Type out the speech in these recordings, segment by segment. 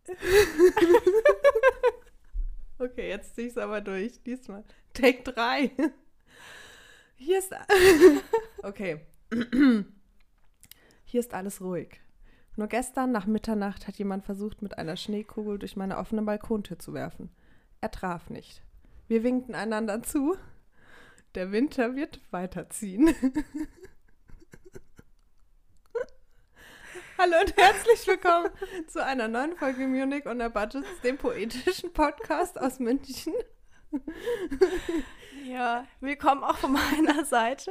Okay, jetzt zieh ich's aber durch. Diesmal. Take 3. Hier ist... Okay. Hier ist alles ruhig. Nur gestern nach Mitternacht hat jemand versucht, mit einer Schneekugel durch meine offene Balkontür zu werfen. Er traf nicht. Wir winkten einander zu. Der Winter wird weiterziehen. Hallo und herzlich willkommen zu einer neuen Folge Munich on a Budget, dem poetischen Podcast aus München. Ja, willkommen auch von meiner Seite.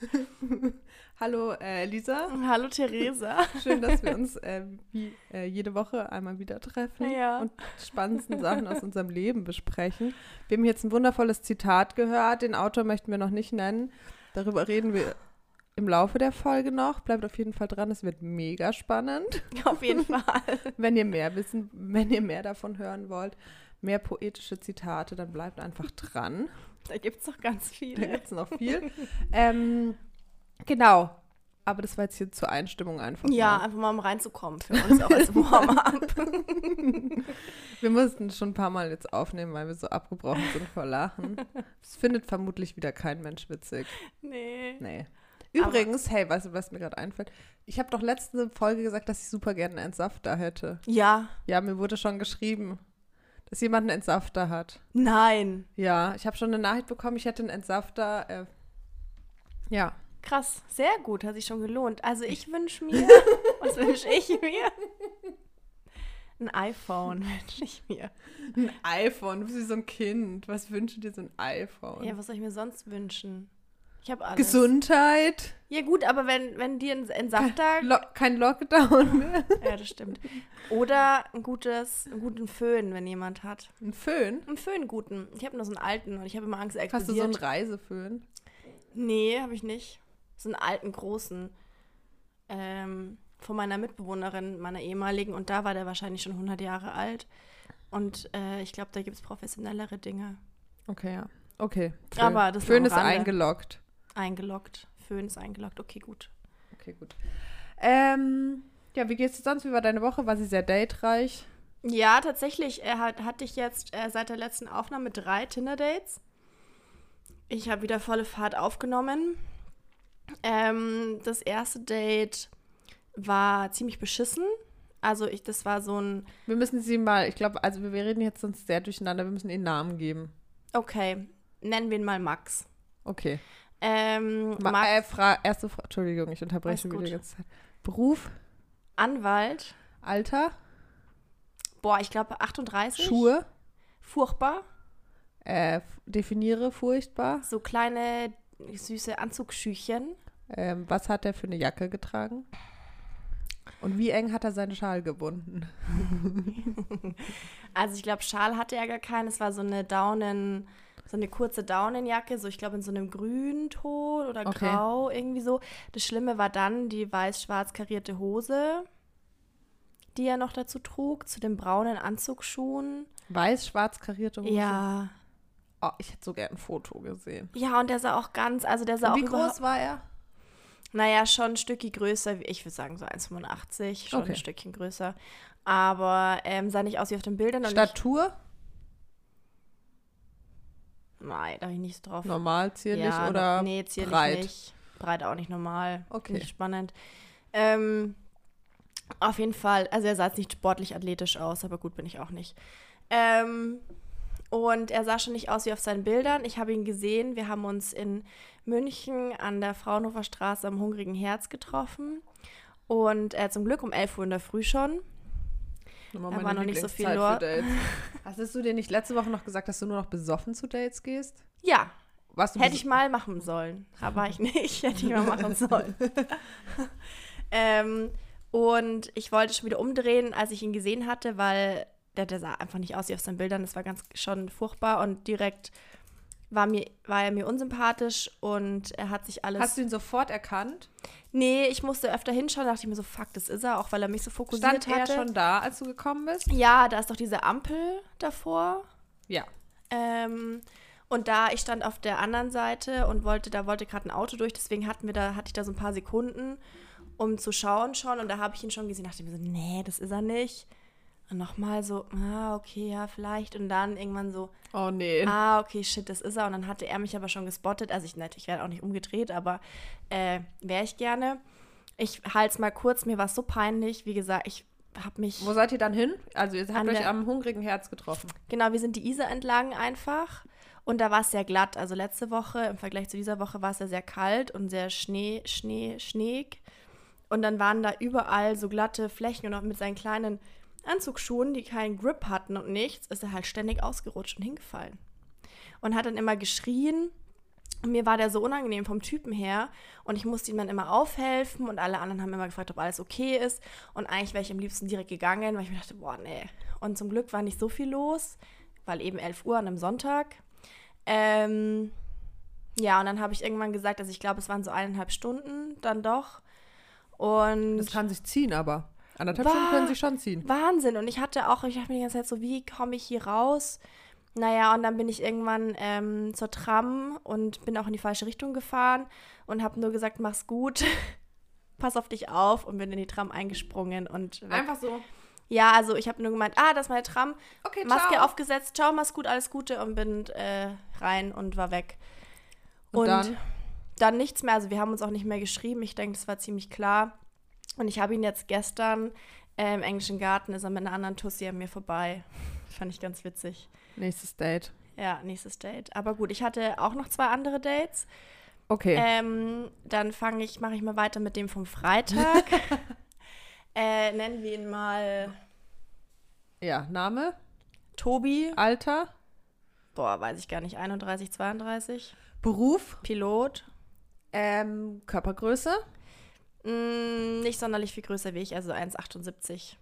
Hallo Lisa. Hallo Theresa. Schön, dass wir uns wie jede Woche einmal wieder treffen und die spannendsten Sachen aus unserem Leben besprechen. Wir haben jetzt ein wundervolles Zitat gehört. Den Autor möchten wir noch nicht nennen. Darüber reden wir im Laufe der Folge noch. Bleibt auf jeden Fall dran, es wird mega spannend. Auf jeden Fall. Wenn ihr mehr davon hören wollt, mehr poetische Zitate, dann bleibt einfach dran. Da gibt es noch ganz viele. Da gibt es noch viel. Genau. Aber das war jetzt hier zur Einstimmung einfach. Ja, einfach mal um reinzukommen für uns auch als Warm-up. Wir mussten schon ein paar Mal jetzt aufnehmen, weil wir so abgebrochen sind vor Lachen. Das findet vermutlich wieder kein Mensch witzig. Nee. Übrigens, hey, weißt du, was mir gerade einfällt? Ich habe doch letzte Folge gesagt, dass ich super gerne einen Entsafter hätte. Ja. Ja, mir wurde schon geschrieben, dass jemand einen Entsafter hat. Nein. Ja, ich habe schon eine Nachricht bekommen, ich hätte einen Entsafter. Ja. Krass, sehr gut, hat sich schon gelohnt. Also ich wünsche mir, was wünsche ich mir? Ein iPhone wünsche ich mir. Ein iPhone, du bist wie so ein Kind. Was wünschst du dir so ein iPhone? Ja, was soll ich mir sonst wünschen? Ich habe alles. Gesundheit. Ja gut, aber wenn dir ein Entsafter... Kein Lockdown mehr. Ja, das stimmt. Oder einen guten Föhn, wenn jemand hat. Ein Föhn? Einen Föhn guten. Ich habe nur so einen alten und ich habe immer Angst, er explodiert. Hast du so einen Reiseföhn? Nee, habe ich nicht. So einen alten, großen. Von meiner Mitbewohnerin, meiner ehemaligen. Und da war der wahrscheinlich schon 100 Jahre alt. Und ich glaube, da gibt es professionellere Dinge. Okay, ja. Okay. Föhn. Aber das Föhn ist eingeloggt. Eingeloggt. Föhn ist eingeloggt. Okay, gut. Ja, wie geht's dir sonst? Wie war deine Woche? War sie sehr datereich? Ja, tatsächlich hatte ich jetzt seit der letzten Aufnahme 3 Tinder-Dates. Ich habe wieder volle Fahrt aufgenommen. Das erste Date war ziemlich beschissen. Also das war so ein... Wir müssen sie mal, ich glaube, also wir reden jetzt sonst sehr durcheinander. Wir müssen ihnen Namen geben. Okay, nennen wir ihn mal Max. Okay. Max, erste Frage, Entschuldigung, ich unterbreche wieder die ganze Zeit. Beruf? Anwalt. Alter? Boah, ich glaube 38. Schuhe? Furchtbar. Definiere furchtbar. So kleine, süße Anzugschüchen. Was hat er für eine Jacke getragen? Und wie eng hat er seinen Schal gebunden? Also ich glaube, Schal hatte er gar keinen. Es war so eine kurze Daunenjacke, so ich glaube in so einem Grünton oder Grau, irgendwie so. Das Schlimme war dann die weiß-schwarz karierte Hose, die er noch dazu trug, zu den braunen Anzugsschuhen. Weiß-schwarz karierte Hose? Ja. Oh, ich hätte so gern ein Foto gesehen. Ja, und der sah auch Wie groß war er? Naja, schon ein Stückchen größer, ich würde sagen so 1,85, schon ein Stückchen größer. Aber sah nicht aus wie auf den Bildern. Statur? Nein, da habe ich nicht so drauf. Normal, zierlich oder nee, zierlich breit? Nicht. Breit auch nicht normal. Okay. Nicht spannend. Auf jeden Fall, also er sah jetzt nicht sportlich athletisch aus, aber gut, bin ich auch nicht. Und er sah schon nicht aus wie auf seinen Bildern. Ich habe ihn gesehen. Wir haben uns in München an der Fraunhofer Straße am Hungrigen Herz getroffen. Und zum Glück um 11 Uhr in der Früh schon. Da war noch nicht so viel dort. Hast du dir nicht letzte Woche noch gesagt, dass du nur noch besoffen zu Dates gehst? Ja. Hätte ich mal machen sollen. Aber ich nicht. Hätte ich mal machen sollen. Und ich wollte schon wieder umdrehen, als ich ihn gesehen hatte, weil der sah einfach nicht aus wie auf seinen Bildern. Das war schon furchtbar und direkt war er mir unsympathisch und er hat sich alles... Hast du ihn sofort erkannt? Nee, ich musste öfter hinschauen, dachte ich mir so, fuck, das ist er, auch weil er mich so fokussiert hatte. Stand er schon da, als du gekommen bist? Ja, da ist doch diese Ampel davor. Ja. Und ich stand auf der anderen Seite und wollte gerade ein Auto durch, deswegen hatte ich da so ein paar Sekunden, um zu schauen schon und da habe ich ihn schon gesehen, dachte ich mir so, nee, das ist er nicht. Und nochmal so, okay, ja, vielleicht. Und dann irgendwann so, oh nee. Okay, shit, das ist er. Und dann hatte er mich aber schon gespottet. Also ich werde auch nicht umgedreht, aber wäre ich gerne. Ich halte es mal kurz, mir war es so peinlich. Wie gesagt, ich habe mich... Wo seid ihr dann hin? Also ihr habt euch am hungrigen Herz getroffen. Genau, wir sind die Isar entlang einfach. Und da war es sehr glatt. Also letzte Woche, im Vergleich zu dieser Woche, war es ja sehr kalt und sehr schneeig. Und dann waren da überall so glatte Flächen und auch mit seinen kleinen Anzugsschuhen, die keinen Grip hatten und nichts, ist er halt ständig ausgerutscht und hingefallen. Und hat dann immer geschrien. Und mir war der so unangenehm vom Typen her. Und ich musste ihm dann immer aufhelfen. Und alle anderen haben immer gefragt, ob alles okay ist. Und eigentlich wäre ich am liebsten direkt gegangen, weil ich mir dachte, boah, nee. Und zum Glück war nicht so viel los, weil eben 11 Uhr an einem Sonntag. Ja, und dann habe ich irgendwann gesagt, also ich glaube, es waren so 1,5 Stunden dann doch. Und das kann sich ziehen, aber 1,5 Stunden können sich schon ziehen. Wahnsinn. Und ich dachte mir die ganze Zeit so, wie komme ich hier raus? Naja, und dann bin ich irgendwann zur Tram und bin auch in die falsche Richtung gefahren und habe nur gesagt, mach's gut, pass auf dich auf und bin in die Tram eingesprungen. Und einfach so? Ja, also ich habe nur gemeint, das ist meine Tram, okay, Maske ciao. Aufgesetzt, ciao, mach's gut, alles Gute und bin rein und war weg. Und dann nichts mehr, also wir haben uns auch nicht mehr geschrieben, ich denke, das war ziemlich klar. Und ich habe ihn jetzt gestern im englischen Garten, ist er mit einer anderen Tussi an mir vorbei. Fand ich ganz witzig. Nächstes Date. Ja, nächstes Date. Aber gut, ich hatte auch noch 2 andere Dates. Okay. Dann mache ich mal weiter mit dem vom Freitag. Nennen wir ihn mal... Ja, Name? Tobi. Alter? Boah, weiß ich gar nicht. 31, 32. Beruf? Pilot. Körpergröße? Nicht sonderlich viel größer wie ich, also 1,78.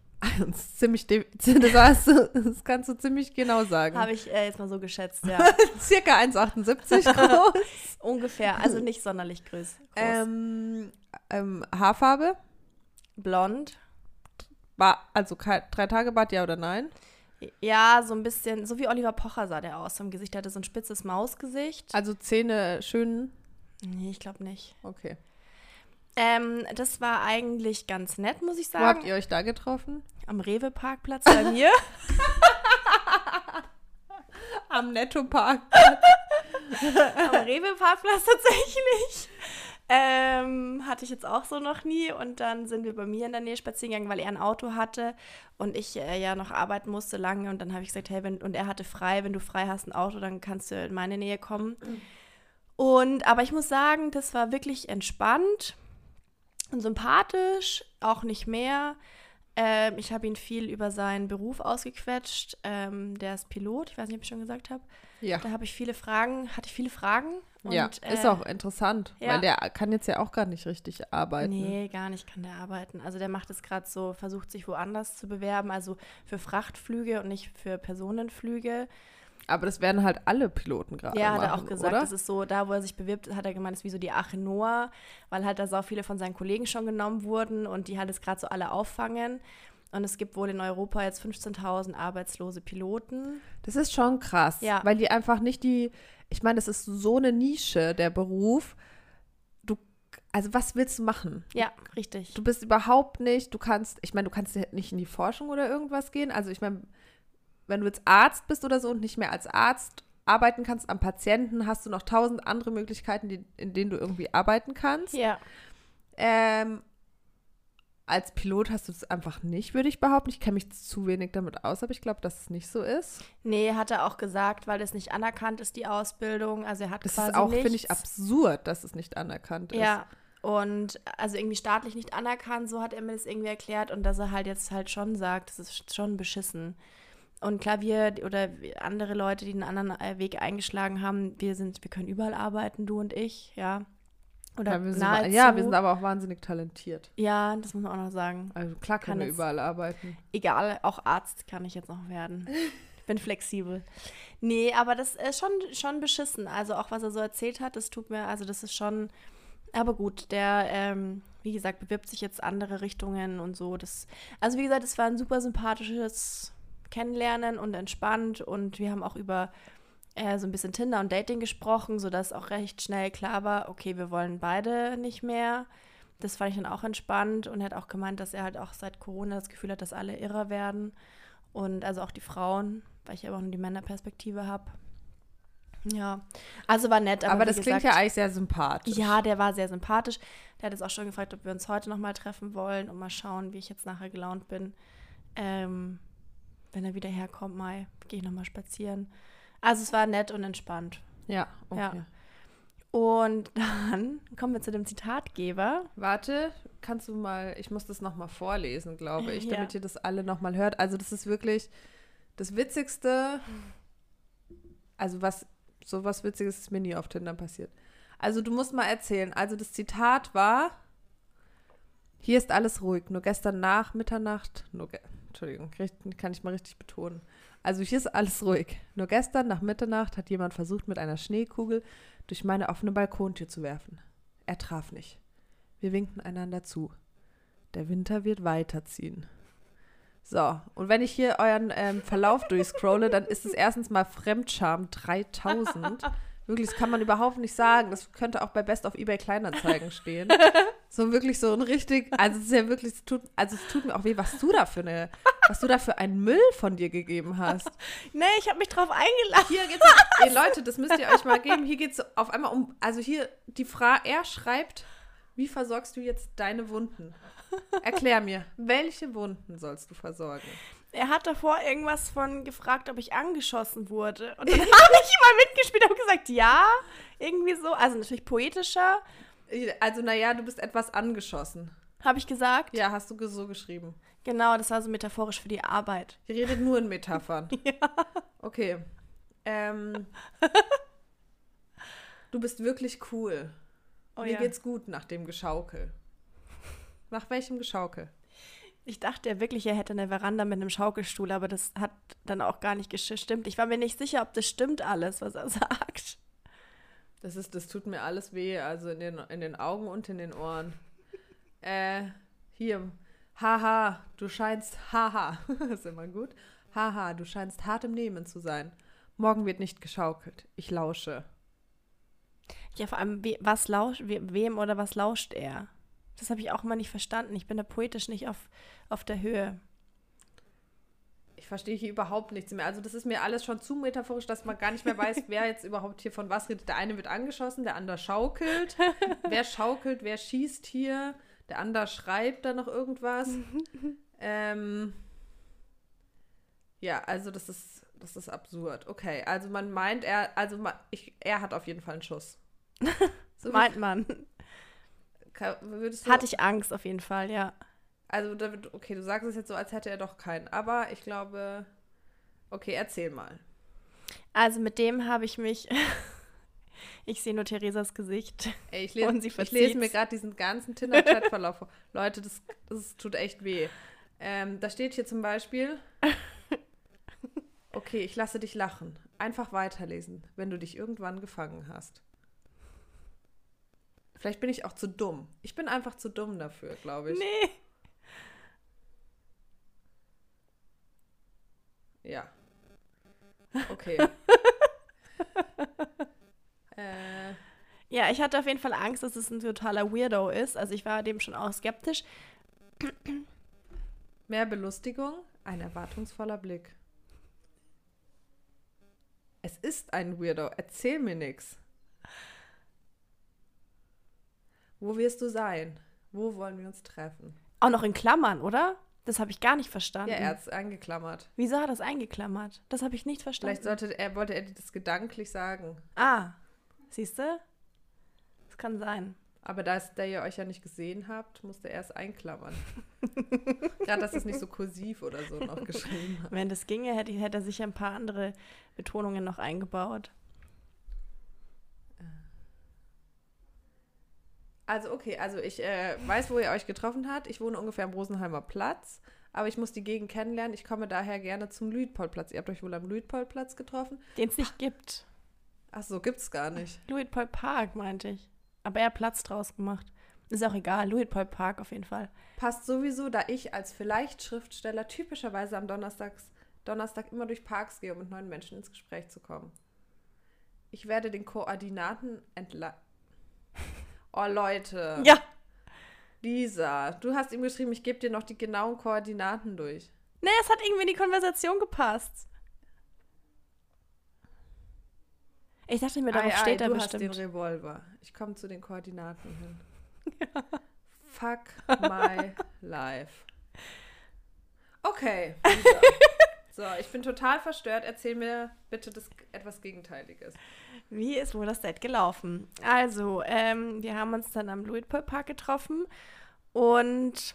Das kannst du ziemlich genau sagen. Habe ich jetzt mal so geschätzt, ja. Circa 1,78 groß. Ungefähr, also nicht sonderlich groß. Haarfarbe? Blond. Also 3 Tage Bart, ja oder nein? Ja, so ein bisschen, so wie Oliver Pocher sah der aus. Vom Gesicht hatte so ein spitzes Mausgesicht. Also Zähne schön? Nee, ich glaube nicht. Okay. Das war eigentlich ganz nett, muss ich sagen. Wo habt ihr euch da getroffen? Am Rewe-Parkplatz bei mir. Am Netto-Parkplatz. Am Rewe-Parkplatz tatsächlich. Hatte ich jetzt auch so noch nie. Und dann sind wir bei mir in der Nähe spazieren gegangen, weil er ein Auto hatte und ich ja noch arbeiten musste lange. Und dann habe ich gesagt, hey, und er hatte frei, wenn du frei hast ein Auto, dann kannst du in meine Nähe kommen. Aber ich muss sagen, das war wirklich entspannt und sympathisch, auch nicht mehr. Ich habe ihn viel über seinen Beruf ausgequetscht. Der ist Pilot, ich weiß nicht, ob ich schon gesagt habe. Ja. Da hatte ich viele Fragen. Und, ja, ist auch interessant, weil der kann jetzt ja auch gar nicht richtig arbeiten. Nee, gar nicht kann der arbeiten. Also der macht es gerade so, versucht sich woanders zu bewerben, also für Frachtflüge und nicht für Personenflüge. Aber das werden halt alle Piloten gerade Ja, machen, hat er auch gesagt, oder? Das ist so, da wo er sich bewirbt, hat er gemeint, das ist wie so die Arche Noah, weil halt da so viele von seinen Kollegen schon genommen wurden und die halt jetzt gerade so alle auffangen. Und es gibt wohl in Europa jetzt 15.000 arbeitslose Piloten. Das ist schon krass, weil die einfach nicht ich meine, das ist so eine Nische, der Beruf. Also was willst du machen? Ja, richtig. Du bist überhaupt nicht, du kannst nicht in die Forschung oder irgendwas gehen. Also ich meine, wenn du jetzt Arzt bist oder so und nicht mehr als Arzt arbeiten kannst am Patienten, hast du noch 1000 andere Möglichkeiten, in denen du irgendwie arbeiten kannst. Ja. Als Pilot hast du das einfach nicht, würde ich behaupten. Ich kenne mich zu wenig damit aus, aber ich glaube, dass es nicht so ist. Nee, hat er auch gesagt, weil das nicht anerkannt ist, die Ausbildung. Also er hat das quasi ist auch, nichts. finde ich, absurd, dass es nicht anerkannt ist. Ja, und also irgendwie staatlich nicht anerkannt, so hat er mir das irgendwie erklärt. Und dass er halt jetzt halt schon sagt, das ist schon beschissen. Und klar, wir oder andere Leute, die einen anderen Weg eingeschlagen haben, wir können überall arbeiten, du und ich, ja. Oder wir sind aber auch wahnsinnig talentiert. Ja, das muss man auch noch sagen. Also klar können wir überall arbeiten. Egal, auch Arzt kann ich jetzt noch werden. Ich bin flexibel. Nee, aber das ist schon beschissen. Also auch, was er so erzählt hat, das ist schon, aber gut, der, wie gesagt, bewirbt sich jetzt andere Richtungen und so. Also wie gesagt, es war ein super sympathisches Kennenlernen und entspannt und wir haben auch über so ein bisschen Tinder und Dating gesprochen, sodass auch recht schnell klar war, okay, wir wollen beide nicht mehr. Das fand ich dann auch entspannt und er hat auch gemeint, dass er halt auch seit Corona das Gefühl hat, dass alle irrer werden Und also auch die Frauen, weil ich aber auch nur die Männerperspektive habe. Ja, also war nett. Aber das klingt ja eigentlich sehr sympathisch. Ja, der war sehr sympathisch. Der hat jetzt auch schon gefragt, ob wir uns heute nochmal treffen wollen und mal schauen, wie ich jetzt nachher gelaunt bin. Wenn er wieder herkommt, gehe ich nochmal spazieren. Also es war nett und entspannt. Ja, okay. Ja. Und dann kommen wir zu dem Zitatgeber. Warte, kannst du mal, ich muss das nochmal vorlesen, glaube ich, damit ihr das alle nochmal hört. Also das ist wirklich das Witzigste, also sowas Witziges ist mir nie auf Tinder passiert. Also du musst mal erzählen, also das Zitat war, hier ist alles ruhig, nur gestern nach Mitternacht, Entschuldigung, kann ich mal richtig betonen. Also hier ist alles ruhig, nur gestern nach Mitternacht hat jemand versucht, mit einer Schneekugel durch meine offene Balkontür zu werfen. Er traf nicht. Wir winkten einander zu. Der Winter wird weiterziehen. So, und wenn ich hier euren Verlauf durchscrolle, dann ist es erstens mal Fremdscham 3000. Wirklich, das kann man überhaupt nicht sagen. Das könnte auch bei Best of eBay Kleinanzeigen stehen. So wirklich so ein richtig, also es ist ja wirklich, es tut mir auch weh, was du da für einen Müll von dir gegeben hast. Nee, ich habe mich drauf eingeladen. Hier geht's, ey Leute, das müsst ihr euch mal geben. Hier geht es auf einmal um, also hier die Frage, er schreibt, wie versorgst du jetzt deine Wunden? Erklär mir, welche Wunden sollst du versorgen? Er hat davor irgendwas von gefragt, ob ich angeschossen wurde. Und dann habe ich mal mitgespielt und gesagt, ja, irgendwie so. Also natürlich poetischer. Also naja, du bist etwas angeschossen. Habe ich gesagt? Ja, hast du so geschrieben. Genau, das war so metaphorisch für die Arbeit. Ihr redet nur in Metaphern. Ja. Okay. Du bist wirklich cool. Mir geht's gut nach dem Geschaukel. Nach welchem Geschaukel? Ich dachte ja wirklich, er hätte eine Veranda mit einem Schaukelstuhl, aber das hat dann auch gar nicht gestimmt. Ich war mir nicht sicher, ob das stimmt alles, was er sagt. Das tut mir alles weh, also in den Augen und in den Ohren. Hier, haha, du scheinst, haha, ist immer gut. Haha, du scheinst hart im Nehmen zu sein. Morgen wird nicht geschaukelt. Ich lausche. Ja, vor allem, wem oder was lauscht er? Das habe ich auch mal nicht verstanden. Ich bin da poetisch nicht auf der Höhe. Ich verstehe hier überhaupt nichts mehr. Also das ist mir alles schon zu metaphorisch, dass man gar nicht mehr weiß, wer jetzt überhaupt hier von was redet. Der eine wird angeschossen, der andere schaukelt. Wer schaukelt, wer schießt hier? Der andere schreibt da noch irgendwas. Ja, also das ist absurd. Okay, also man meint, er hat auf jeden Fall einen Schuss. So meint man. Hatte ich Angst auf jeden Fall, ja. Also, okay, du sagst es jetzt so, als hätte er doch keinen. Aber ich glaube, okay, erzähl mal. Also mit dem habe ich mich, ich sehe nur Theresas Gesicht. Ey, ich lese mir gerade diesen ganzen Tinder-Chat-Verlauf vor. Leute, das tut echt weh. Da steht hier zum Beispiel, okay, ich lasse dich lachen. Einfach weiterlesen, wenn du dich irgendwann gefangen hast. Vielleicht bin ich auch zu dumm. Ich bin einfach zu dumm dafür, glaube ich. Nee. Ja. Okay. Ja, ich hatte auf jeden Fall Angst, dass es ein totaler Weirdo ist. Also ich war dem schon auch skeptisch. Mehr Belustigung, ein erwartungsvoller Blick. Es ist ein Weirdo. Erzähl mir nichts. Wo wirst du sein? Wo wollen wir uns treffen? Auch noch in Klammern, oder? Das habe ich gar nicht verstanden. Ja, er hat es eingeklammert. Wieso hat er es eingeklammert? Das habe ich nicht verstanden. Vielleicht wollte er dir das gedanklich sagen. Ah, siehst du? Das kann sein. Aber da ihr euch ja nicht gesehen habt, musste er es einklammern. Gerade, dass es nicht so kursiv oder so noch geschrieben hat. Wenn das ginge, hätte er sicher ein paar andere Betonungen noch eingebaut. Also okay, ich weiß, wo ihr euch getroffen habt. Ich wohne ungefähr am Rosenheimer Platz, aber ich muss die Gegend kennenlernen. Ich komme daher gerne zum Luitpoldplatz. Ihr habt euch wohl am Luitpoldplatz getroffen? Den es nicht gibt. Ach so, gibt's gar nicht. Luitpoldpark, meinte ich. Aber er hat Platz draus gemacht. Ist auch egal, Luitpoldpark auf jeden Fall. Passt sowieso, da ich als vielleicht Schriftsteller typischerweise am Donnerstag immer durch Parks gehe, um mit neuen Menschen ins Gespräch zu kommen. Ich werde den Koordinaten Oh, Leute. Ja. Lisa, du hast ihm geschrieben, ich gebe dir noch die genauen Koordinaten durch. Nee, es hat irgendwie in die Konversation gepasst. Ich dachte mir, darauf steht er bestimmt. Du hast den Revolver. Ich komme zu den Koordinaten hin. Ja. Fuck my life. Okay. So, ich bin total verstört. Erzähl mir bitte etwas Gegenteiliges. Wie ist wohl das Date gelaufen? Also, wir haben uns dann am Luitpold-Park getroffen und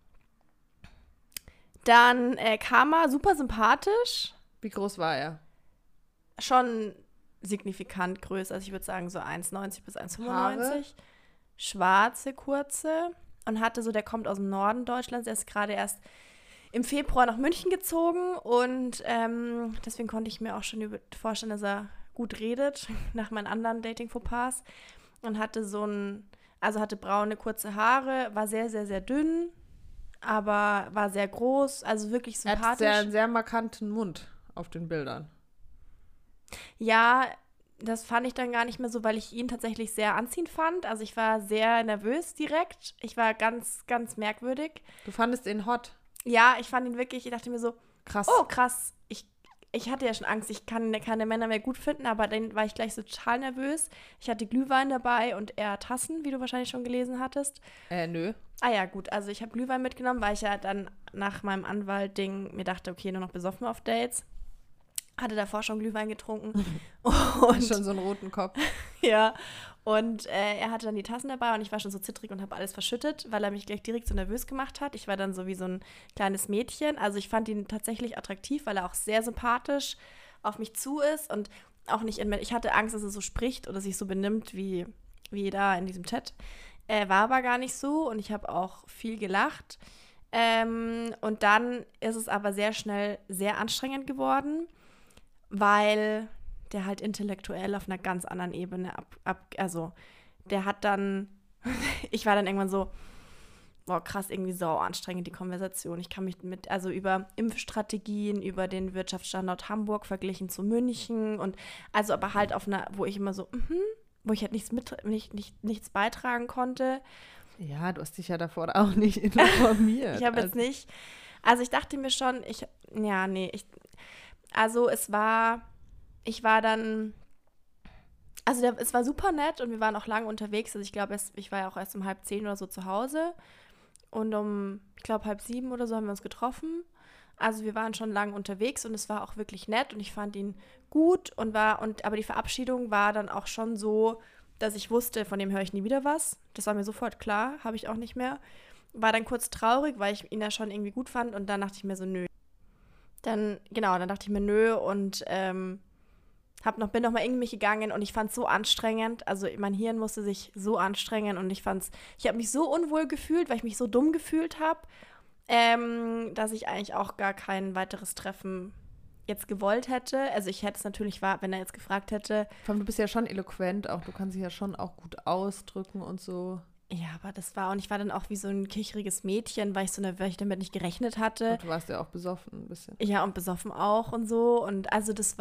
dann kam er super sympathisch. Wie groß war er? Schon signifikant größer. Also ich würde sagen so 1,90 bis 1,95. Haare? Schwarze, kurze. Und der kommt aus dem Norden Deutschlands. Er ist gerade erst im Februar nach München gezogen. Und deswegen konnte ich mir auch schon vorstellen, dass er gut redet, nach meinen anderen Dating-Fauxpas. Und hatte hatte braune, kurze Haare, war sehr, sehr, sehr dünn, aber war sehr groß, also wirklich sympathisch. Er hat einen sehr markanten Mund auf den Bildern. Ja, das fand ich dann gar nicht mehr so, weil ich ihn tatsächlich sehr anziehend fand. Also ich war sehr nervös direkt. Ich war ganz, ganz merkwürdig. Du fandest ihn hot? Ja, ich fand ihn wirklich, ich dachte mir so, krass. Oh, krass. Ich hatte ja schon Angst, ich kann keine Männer mehr gut finden, aber dann war ich gleich so total nervös. Ich hatte Glühwein dabei und er Tassen, wie du wahrscheinlich schon gelesen hattest. Nö. Ah ja, gut. Also ich habe Glühwein mitgenommen, weil ich ja dann nach meinem Anwalt-Ding mir dachte, okay, nur noch besoffen auf Dates. Hatte davor schon Glühwein getrunken. Und schon so einen roten Kopf. Ja, und er hatte dann die Tassen dabei und ich war schon so zittrig und habe alles verschüttet, weil er mich gleich direkt so nervös gemacht hat. Ich war dann so wie so ein kleines Mädchen. Also ich fand ihn tatsächlich attraktiv, weil er auch sehr sympathisch auf mich zu ist und auch nicht ich hatte Angst, dass er so spricht oder sich so benimmt wie da in diesem Chat. War aber gar nicht so und ich habe auch viel gelacht. Und dann ist es aber sehr schnell sehr anstrengend geworden, weil der halt intellektuell auf einer ganz anderen Ebene also der hat dann, ich war dann irgendwann so, boah, krass, irgendwie sau anstrengend die Konversation. Ich kann mich also über Impfstrategien, über den Wirtschaftsstandort Hamburg verglichen zu München und also aber halt auf einer, wo ich immer so, wo ich halt nichts beitragen konnte. Ja, du hast dich ja davor auch nicht informiert. Ich habe jetzt nicht, also ich dachte mir schon, ich war super nett und wir waren auch lange unterwegs. Also ich glaube, ich war ja auch erst um 6:30 oder so zu Hause und ich glaube 6:30 oder so haben wir uns getroffen. Also wir waren schon lange unterwegs und es war auch wirklich nett und ich fand ihn gut aber die Verabschiedung war dann auch schon so, dass ich wusste, von dem höre ich nie wieder was. Das war mir sofort klar, habe ich auch nicht mehr. War dann kurz traurig, weil ich ihn ja schon irgendwie gut fand und dann dachte ich mir so, nö. Dann dachte ich mir, nö und bin noch mal in mich gegangen und ich fand es so anstrengend. Also mein Hirn musste sich so anstrengen und ich habe mich so unwohl gefühlt, weil ich mich so dumm gefühlt habe, dass ich eigentlich auch gar kein weiteres Treffen jetzt gewollt hätte. Also ich hätte es natürlich, wenn er jetzt gefragt hätte. Vor allem, du bist ja schon eloquent auch, du kannst dich ja schon auch gut ausdrücken und so. Ja, aber und ich war dann auch wie so ein kicheriges Mädchen, weil ich damit nicht gerechnet hatte. Und du warst ja auch besoffen ein bisschen. Ja, und besoffen auch und so. Und deswegen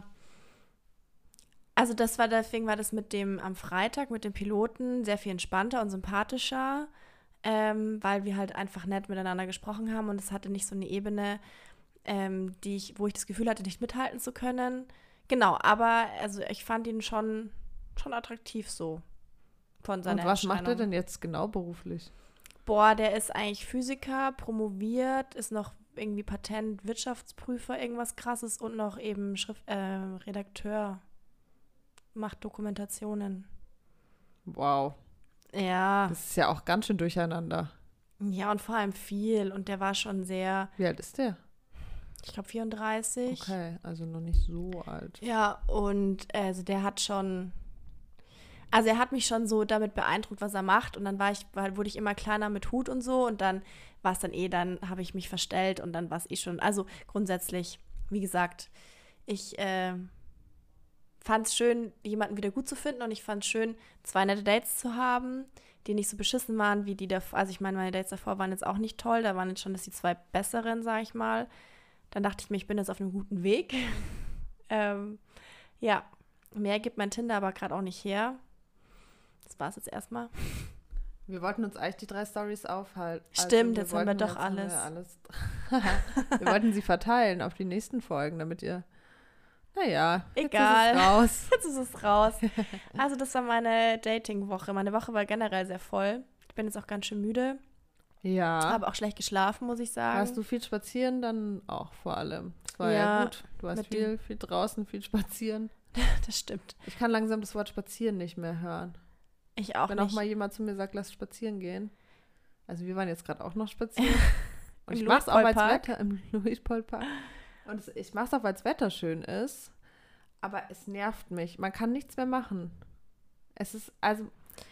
war das mit dem am Freitag, mit dem Piloten sehr viel entspannter und sympathischer, weil wir halt einfach nett miteinander gesprochen haben und es hatte nicht so eine Ebene, wo ich das Gefühl hatte, nicht mithalten zu können. Genau, aber also ich fand ihn schon attraktiv so. Von seiner Und was macht er denn jetzt genau beruflich? Boah, der ist eigentlich Physiker, promoviert, ist noch irgendwie Patent-Wirtschaftsprüfer, irgendwas Krasses und noch eben Redakteur, macht Dokumentationen. Wow. Ja. Das ist ja auch ganz schön durcheinander. Ja, und vor allem viel. Und der war schon sehr... Wie alt ist der? Ich glaube 34. Okay, also noch nicht so alt. Ja, und also der hat schon... Also er hat mich schon so damit beeindruckt, was er macht. Und dann wurde ich immer kleiner mit Hut und so. Und dann war es dann habe ich mich verstellt und dann war es schon. Also grundsätzlich, wie gesagt, ich fand es schön, jemanden wieder gut zu finden. Und ich fand es schön, 2 nette Dates zu haben, die nicht so beschissen waren wie die davor. Also ich meine, meine Dates davor waren jetzt auch nicht toll. Da waren jetzt schon die 2 besseren, sag ich mal. Dann dachte ich mir, ich bin jetzt auf einem guten Weg. Ja, mehr gibt mein Tinder aber gerade auch nicht her. Das war es jetzt erstmal. Wir wollten uns eigentlich die 3 Stories aufhalten. Stimmt, jetzt haben wir doch alles. Wir wollten sie verteilen auf die nächsten Folgen, damit ihr, naja, egal. Jetzt ist es raus. Jetzt ist es raus. Also das war meine Dating-Woche. Meine Woche war generell sehr voll. Ich bin jetzt auch ganz schön müde. Ja. Habe auch schlecht geschlafen, muss ich sagen. Hast du viel spazieren dann auch vor allem? Das war ja gut. Du warst viel draußen, viel spazieren. Das stimmt. Ich kann langsam das Wort spazieren nicht mehr hören. Ich auch nicht. Wenn auch mal jemand zu mir sagt, lass spazieren gehen. Also wir waren jetzt gerade auch noch spazieren. Und ich mache es auch als Wetter im Luitpoldpark. Und ich mache es auch, weil das Wetter schön ist. Aber es nervt mich. Man kann nichts mehr machen. Es ist, also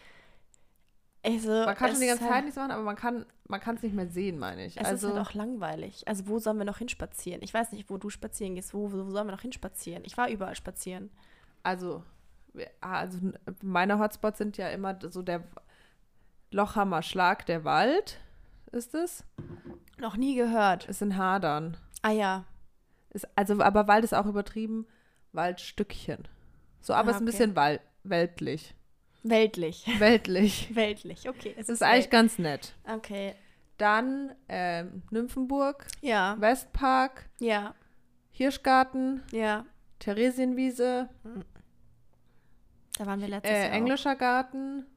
man kann schon die ganze Zeit nichts machen, aber man kann es nicht mehr sehen, meine ich. Es ist halt auch langweilig. Also wo sollen wir noch hinspazieren? Ich weiß nicht, wo du spazieren gehst. Wo sollen wir noch hinspazieren? Ich war überall spazieren. Also meine Hotspots sind ja immer so der Lochhammer Schlag, der Wald, ist es? Noch nie gehört. Ist in Hadern. Ah ja. Aber Wald ist auch übertrieben, Waldstückchen. So, aber es ist ein bisschen weltlich. Weltlich, okay. Es ist eigentlich ganz nett. Okay. Dann Nymphenburg. Ja. Westpark. Ja. Hirschgarten. Ja. Theresienwiese. Da waren wir letztes Jahr Englischer Garten.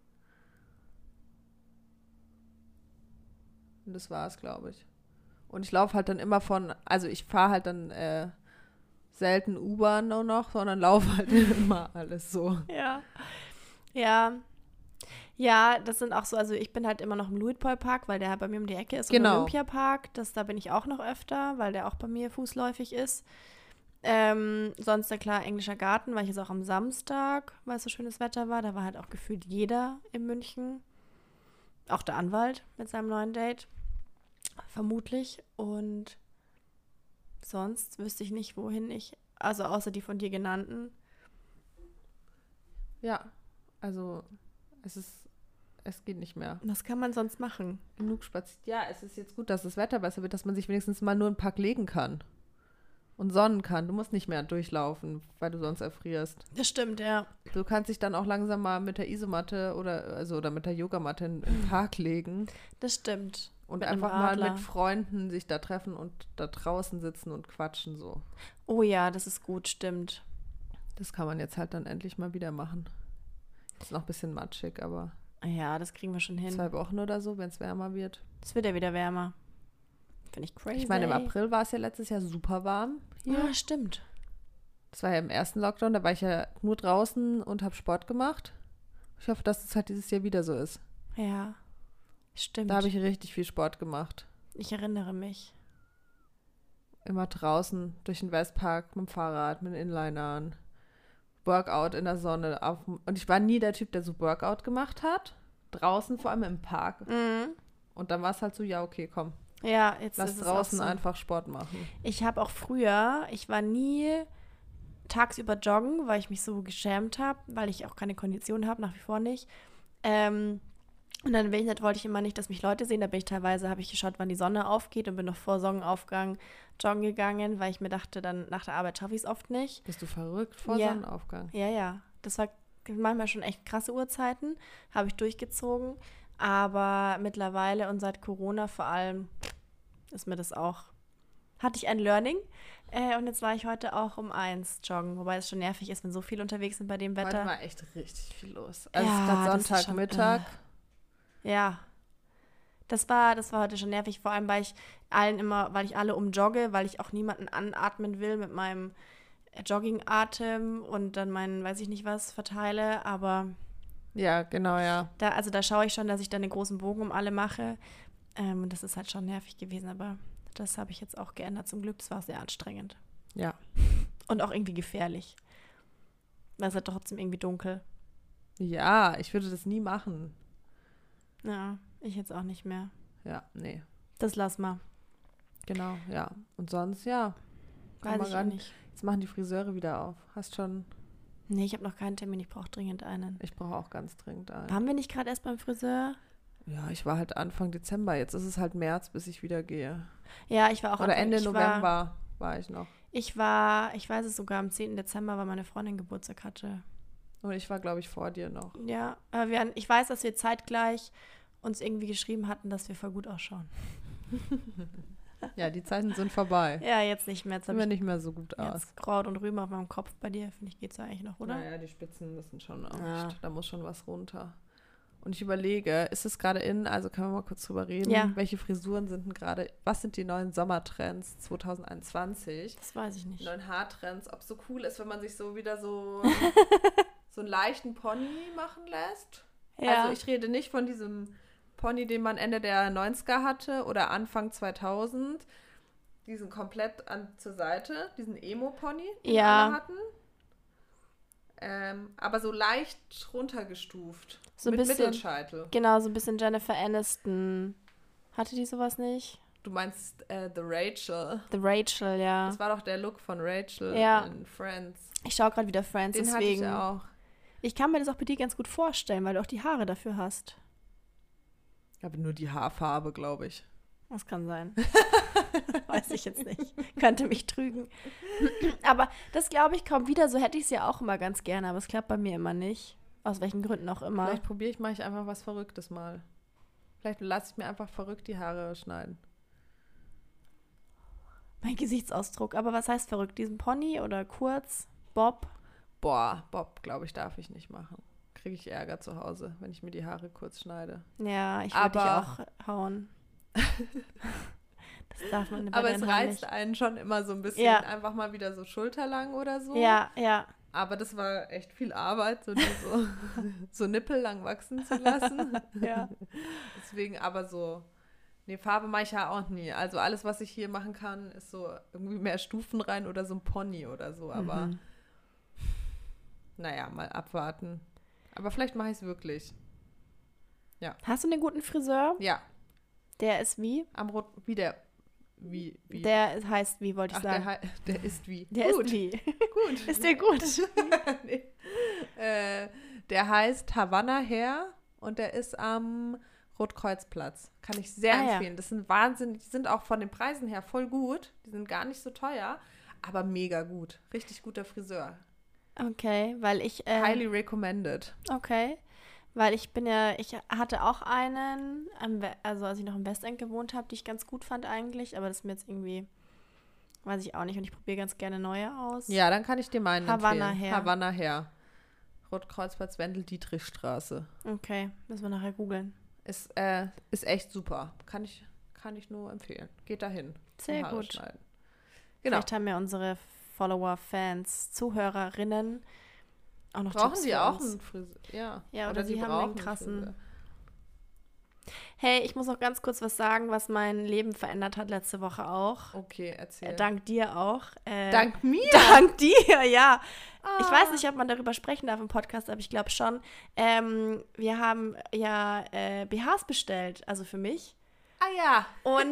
Und das war es, glaube ich. Und ich laufe halt dann immer ich fahre halt dann selten U-Bahn noch, sondern laufe halt immer alles so. Ja. Ja. Ja, das sind auch so, also ich bin halt immer noch im Luitpoldpark, weil der bei mir um die Ecke ist. Genau. Im Olympiapark, da bin ich auch noch öfter, weil der auch bei mir fußläufig ist. Sonst, ja klar, Englischer Garten, war ich jetzt auch am Samstag, weil es so schönes Wetter war. Da war halt auch gefühlt jeder in München. Auch der Anwalt mit seinem neuen Date. Vermutlich. Und sonst wüsste ich nicht, wohin also außer die von dir genannten. Ja, also es geht nicht mehr. Was kann man sonst machen? Genug spazieren. Ja, es ist jetzt gut, dass das Wetter besser wird, dass man sich wenigstens mal nur in den Park legen kann. Und sonnen kann. Du musst nicht mehr durchlaufen, weil du sonst erfrierst. Das stimmt, ja. Du kannst dich dann auch langsam mal mit der Isomatte oder mit der Yogamatte in den Park legen. Das stimmt. Und einfach mal mit Freunden sich da treffen und da draußen sitzen und quatschen so. Oh ja, das ist gut, stimmt. Das kann man jetzt halt dann endlich mal wieder machen. Ist noch ein bisschen matschig, aber ja, das kriegen wir schon hin. 2 Wochen oder so, wenn es wärmer wird. Es wird ja wieder wärmer. Finde ich crazy. Ich meine, im April war es ja letztes Jahr super warm hier. Ja, stimmt. Das war ja im ersten Lockdown, da war ich ja nur draußen und habe Sport gemacht. Ich hoffe, dass es halt dieses Jahr wieder so ist. Ja, stimmt. Da habe ich richtig viel Sport gemacht. Ich erinnere mich. Immer draußen durch den Westpark mit dem Fahrrad, mit den Inlinern. Workout in der Sonne. Und ich war nie der Typ, der so Workout gemacht hat. Draußen, vor allem im Park. Mhm. Und dann war es halt so, ja, okay, komm. Ja, jetzt lass ist draußen es auch so. einfach Sport machen. Ich habe auch früher, ich war nie tagsüber joggen, weil ich mich so geschämt habe, weil ich auch keine Kondition habe, nach wie vor nicht. Und dann wollte ich immer nicht, dass mich Leute sehen. Da bin ich teilweise, habe ich geschaut, wann die Sonne aufgeht und bin noch vor Sonnenaufgang joggen gegangen, weil ich mir dachte, dann nach der Arbeit schaffe ich es oft nicht. Bist du verrückt vor Sonnenaufgang? Ja. Das war manchmal schon echt krasse Uhrzeiten. Habe ich durchgezogen. Aber mittlerweile und seit Corona vor allem ist mir das auch, hatte ich ein Learning. Und jetzt war ich heute auch um 1 joggen, wobei es schon nervig ist, wenn so viele unterwegs sind bei dem Wetter. Heute war echt richtig viel los. Also es ist gerade Sonntagmittag. Ja, das war heute schon nervig, vor allem weil ich alle umjogge, weil ich auch niemanden anatmen will mit meinem Joggingatem und dann meinen, weiß ich nicht was, verteile, aber ja, genau, ja. Da schaue ich schon, dass ich da einen großen Bogen um alle mache. Und das ist halt schon nervig gewesen, aber das habe ich jetzt auch geändert. Zum Glück, das war sehr anstrengend. Ja. Und auch irgendwie gefährlich. Weil es halt trotzdem irgendwie dunkel. Ja, ich würde das nie machen. Ja, ich jetzt auch nicht mehr. Ja, nee. Das lass mal. Genau, ja. Und sonst, ja. Weiß ich auch nicht. Jetzt machen die Friseure wieder auf. Hast schon... Nee, ich habe noch keinen Termin. Ich brauche dringend einen. Ich brauche auch ganz dringend einen. Waren wir nicht gerade erst beim Friseur? Ja, ich war halt Anfang Dezember. Jetzt ist es halt März, bis ich wieder gehe. Ja, ich war auch... Oder Ende November war ich noch. Ich weiß es sogar, am 10. Dezember, weil meine Freundin Geburtstag hatte. Und ich war, glaube ich, vor dir noch. Ja, aber ich weiß, dass wir zeitgleich uns irgendwie geschrieben hatten, dass wir voll gut ausschauen. Ja, die Zeiten sind vorbei. Ja, jetzt nicht mehr. Jetzt sehen wir nicht mehr so gut aus. Jetzt Kraut und Rüben auf meinem Kopf bei dir, finde ich, geht es eigentlich noch, oder? Naja, die Spitzen müssen schon auch nicht. Da muss schon was runter. Und ich überlege, ist es gerade also können wir mal kurz drüber reden, welche Frisuren sind denn gerade, was sind die neuen Sommertrends 2021? Das weiß ich nicht. Die neuen Haartrends, ob es so cool ist, wenn man sich so wieder so einen leichten Pony machen lässt. Ja. Also ich rede nicht von diesem Pony, den man Ende der 90er hatte oder Anfang 2000. Diesen komplett zur Seite, diesen Emo-Pony, den wir alle hatten. Aber so leicht runtergestuft. So mit bisschen, Mittelscheitel. Genau, so ein bisschen Jennifer Aniston. Hatte die sowas nicht? Du meinst The Rachel. The Rachel, ja. Das war doch der Look von Rachel in Friends. Ich schaue gerade wieder Friends, Den deswegen. Hatte ich auch. Ich kann mir das auch bei dir ganz gut vorstellen, weil du auch die Haare dafür hast. Ich habe nur die Haarfarbe, glaube ich. Das kann sein. Weiß ich jetzt nicht. Könnte mich trügen. Aber das, glaube ich, kommt wieder. So hätte ich es ja auch immer ganz gerne. Aber es klappt bei mir immer nicht. Aus welchen Gründen auch immer. Vielleicht mache ich einfach was Verrücktes mal. Vielleicht lasse ich mir einfach verrückt die Haare schneiden. Mein Gesichtsausdruck. Aber was heißt verrückt? Diesen Pony oder kurz? Bob? Boah, Bob, glaube ich, darf ich nicht machen. Kriege ich Ärger zu Hause, wenn ich mir die Haare kurz schneide. Ja, ich würde dich auch hauen. Das darf man aber es reizt einen schon immer so ein bisschen, einfach mal wieder so schulterlang oder so. Ja, ja. Aber das war echt viel Arbeit, so Nippel lang wachsen zu lassen. Ja. Deswegen aber so, Farbe mache ich ja auch nie. Also alles, was ich hier machen kann, ist so irgendwie mehr Stufen rein oder so ein Pony oder so. Aber naja, mal abwarten. Aber vielleicht mache ich es wirklich. Ja. Hast du einen guten Friseur? Ja. Der ist wie? Wie? Der heißt wie, wollte ich sagen. Der ist wie. Der gut. Ist wie. Gut. Ist der gut? Nee. Der heißt Havanna Hair und der ist am Rotkreuzplatz. Kann ich sehr empfehlen. Ja. Das sind die sind auch von den Preisen her voll gut. Die sind gar nicht so teuer, aber mega gut. Richtig guter Friseur. Okay, weil ich... Highly recommended. Okay, weil ich hatte auch einen, also als ich noch im Westend gewohnt habe, die ich ganz gut fand eigentlich, aber das ist mir jetzt irgendwie, weiß ich auch nicht und ich probiere ganz gerne neue aus. Ja, dann kann ich dir meinen empfehlen. Havanna Hair. Rotkreuzplatz, Wendel-Dietrich-Straße. Okay, müssen wir nachher googeln. Ist echt super. Kann ich nur empfehlen. Geht dahin. Sehr gut. Genau. Vielleicht haben ja unsere Follower, Fans, Zuhörerinnen auch noch brauchen Tipps die für auch uns. einen Friseur? Ja, oder sie haben einen krassen... Hey, ich muss noch ganz kurz was sagen, was mein Leben verändert hat letzte Woche auch. Okay, erzähl. Dank dir auch. Dank mir? Dank dir, ja. Ich weiß nicht, ob man darüber sprechen darf im Podcast, aber ich glaube schon. Wir haben ja BHs bestellt, also für mich. Ah ja. Und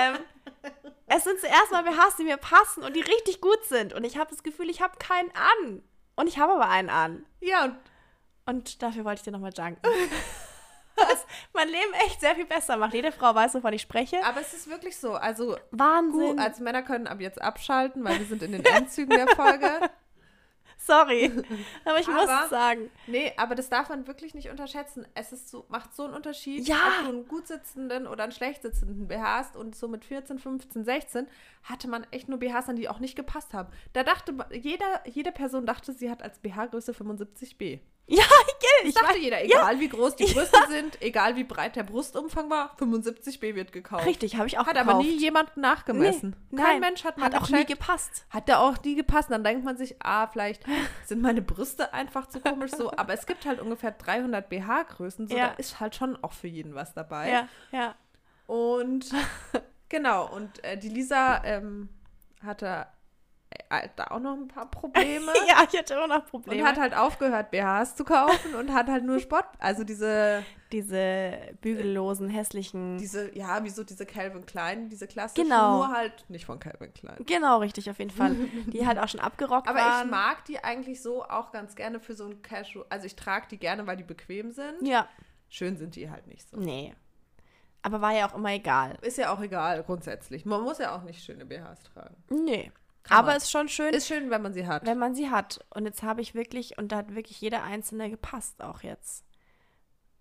es sind zuerst mal BHs, die mir passen und die richtig gut sind. Und ich habe das Gefühl, ich habe keinen an. Und ich habe aber einen an. Ja. Und dafür wollte ich dir nochmal danken. Was mein Leben echt sehr viel besser macht. Jede Frau weiß, wovon ich spreche. Aber es ist wirklich so. Also Wahnsinn. Gut, als Männer können ab jetzt abschalten, weil wir sind in den Endzügen der Folge. Sorry, aber ich muss es sagen. Nee, aber das darf man wirklich nicht unterschätzen. Es ist macht so einen Unterschied, ob du einen gut sitzenden oder einen schlecht sitzenden BH hast. Und so mit 14, 15, 16 hatte man echt nur BHs an, die auch nicht gepasst haben. Da dachte jede Person dachte, sie hat als BH-Größe 75B. Ja, das dachte jeder, egal wie groß die Brüste sind, egal wie breit der Brustumfang war, 75B wird gekauft. Richtig, habe ich auch gekauft. Hat aber nie jemand nachgemessen. Nee, Kein Mensch hat mal auch nie gepasst. Hat der auch nie gepasst. Dann denkt man sich, vielleicht sind meine Brüste einfach zu komisch so. Aber es gibt halt ungefähr 300 BH-Größen. So, da ist halt schon auch für jeden was dabei. Ja, ja. Und genau, und die Lisa hatte da auch noch ein paar Probleme. Ja, ich hatte auch noch Probleme. Und hat halt aufgehört, BHs zu kaufen und hat halt nur Sport, also diese bügellosen, hässlichen. Diese Calvin Klein, diese klassischen, nur halt nicht von Calvin Klein. Genau, richtig, auf jeden Fall. Die halt auch schon abgerockt waren. Aber ich mag die eigentlich so auch ganz gerne für so ein Casual, also ich trage die gerne, weil die bequem sind. Ja. Schön sind die halt nicht so. Nee. Aber war ja auch immer egal. Ist ja auch egal, grundsätzlich. Man muss ja auch nicht schöne BHs tragen. Nee. Aber ist schon schön. Ist schön, wenn man sie hat. Wenn man sie hat. Und jetzt habe ich wirklich, und da hat wirklich jeder Einzelne gepasst auch jetzt.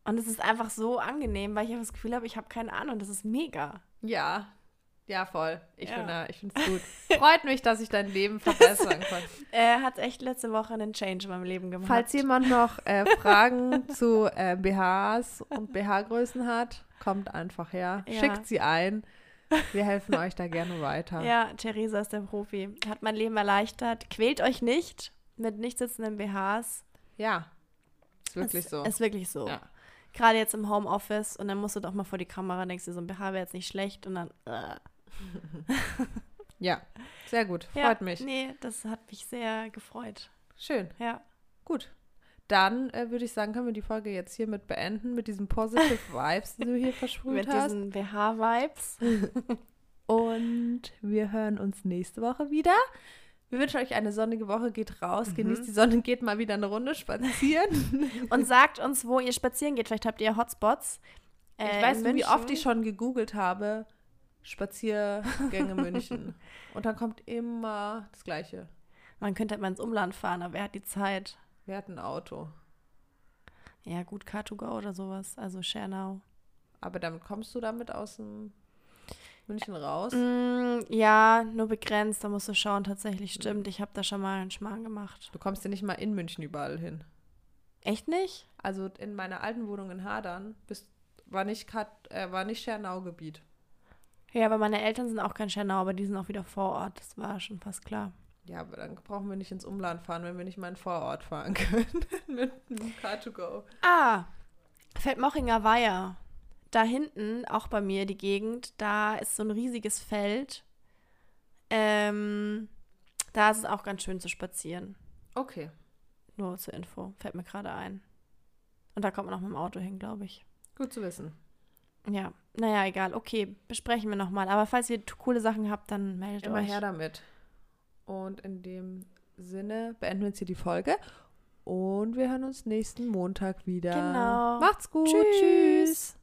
Und es ist einfach so angenehm, weil ich einfach das Gefühl habe, ich habe keine Ahnung. Das ist mega. Ja. Ja, voll. Ich finde es gut. Freut mich, dass ich dein Leben verbessern konnte. Hat echt letzte Woche einen Change in meinem Leben gemacht. Falls jemand noch Fragen zu BHs und BH-Größen hat, kommt einfach her. Ja. Schickt sie ein. Wir helfen euch da gerne weiter. Ja, Theresa ist der Profi. Hat mein Leben erleichtert. Quält euch nicht mit nicht sitzenden BHs. Ja, ist wirklich so. Ist wirklich so. Ja. Gerade jetzt im Homeoffice und dann musst du doch mal vor die Kamera und denkst dir, so ein BH wäre jetzt nicht schlecht und dann Ja, sehr gut. Freut mich. Nee, das hat mich sehr gefreut. Schön. Ja. Gut. Dann würde ich sagen, können wir die Folge jetzt hiermit beenden, mit diesen Positive Vibes, die du hier versprüht hast. Mit diesen BH-Vibes. Und wir hören uns nächste Woche wieder. Wir wünschen euch eine sonnige Woche. Geht raus, genießt die Sonne, geht mal wieder eine Runde spazieren. Und sagt uns, wo ihr spazieren geht. Vielleicht habt ihr Hotspots. Ich weiß nicht, wie oft ich schon gegoogelt habe, Spaziergänge München. Und dann kommt immer das Gleiche. Man könnte halt mal ins Umland fahren, aber wer hat die Zeit? Wer hat ein Auto? Ja, gut, Car2Go oder sowas, also ShareNow. Aber damit kommst du damit aus dem München raus? Ja, nur begrenzt, da musst du schauen, tatsächlich stimmt. Ich habe da schon mal einen Schmarrn gemacht. Du kommst ja nicht mal in München überall hin. Echt nicht? Also in meiner alten Wohnung in Hadern war nicht ShareNow-Gebiet. Ja, aber meine Eltern sind auch kein ShareNow, aber die sind auch wieder vor Ort. Das war schon fast klar. Ja, aber dann brauchen wir nicht ins Umland fahren, wenn wir nicht mal in den Vorort fahren können mit einem Car2Go. Feldmochinger Weiher. Da hinten, auch bei mir die Gegend, da ist so ein riesiges Feld. Da ist es auch ganz schön zu spazieren. Okay. Nur zur Info, fällt mir gerade ein. Und da kommt man auch mit dem Auto hin, glaube ich. Gut zu wissen. Ja, naja, egal. Okay, besprechen wir nochmal. Aber falls ihr coole Sachen habt, dann meldet euch. Immer her damit. Und in dem Sinne beenden wir jetzt hier die Folge. Und wir hören uns nächsten Montag wieder. Genau. Macht's gut. Tschüss.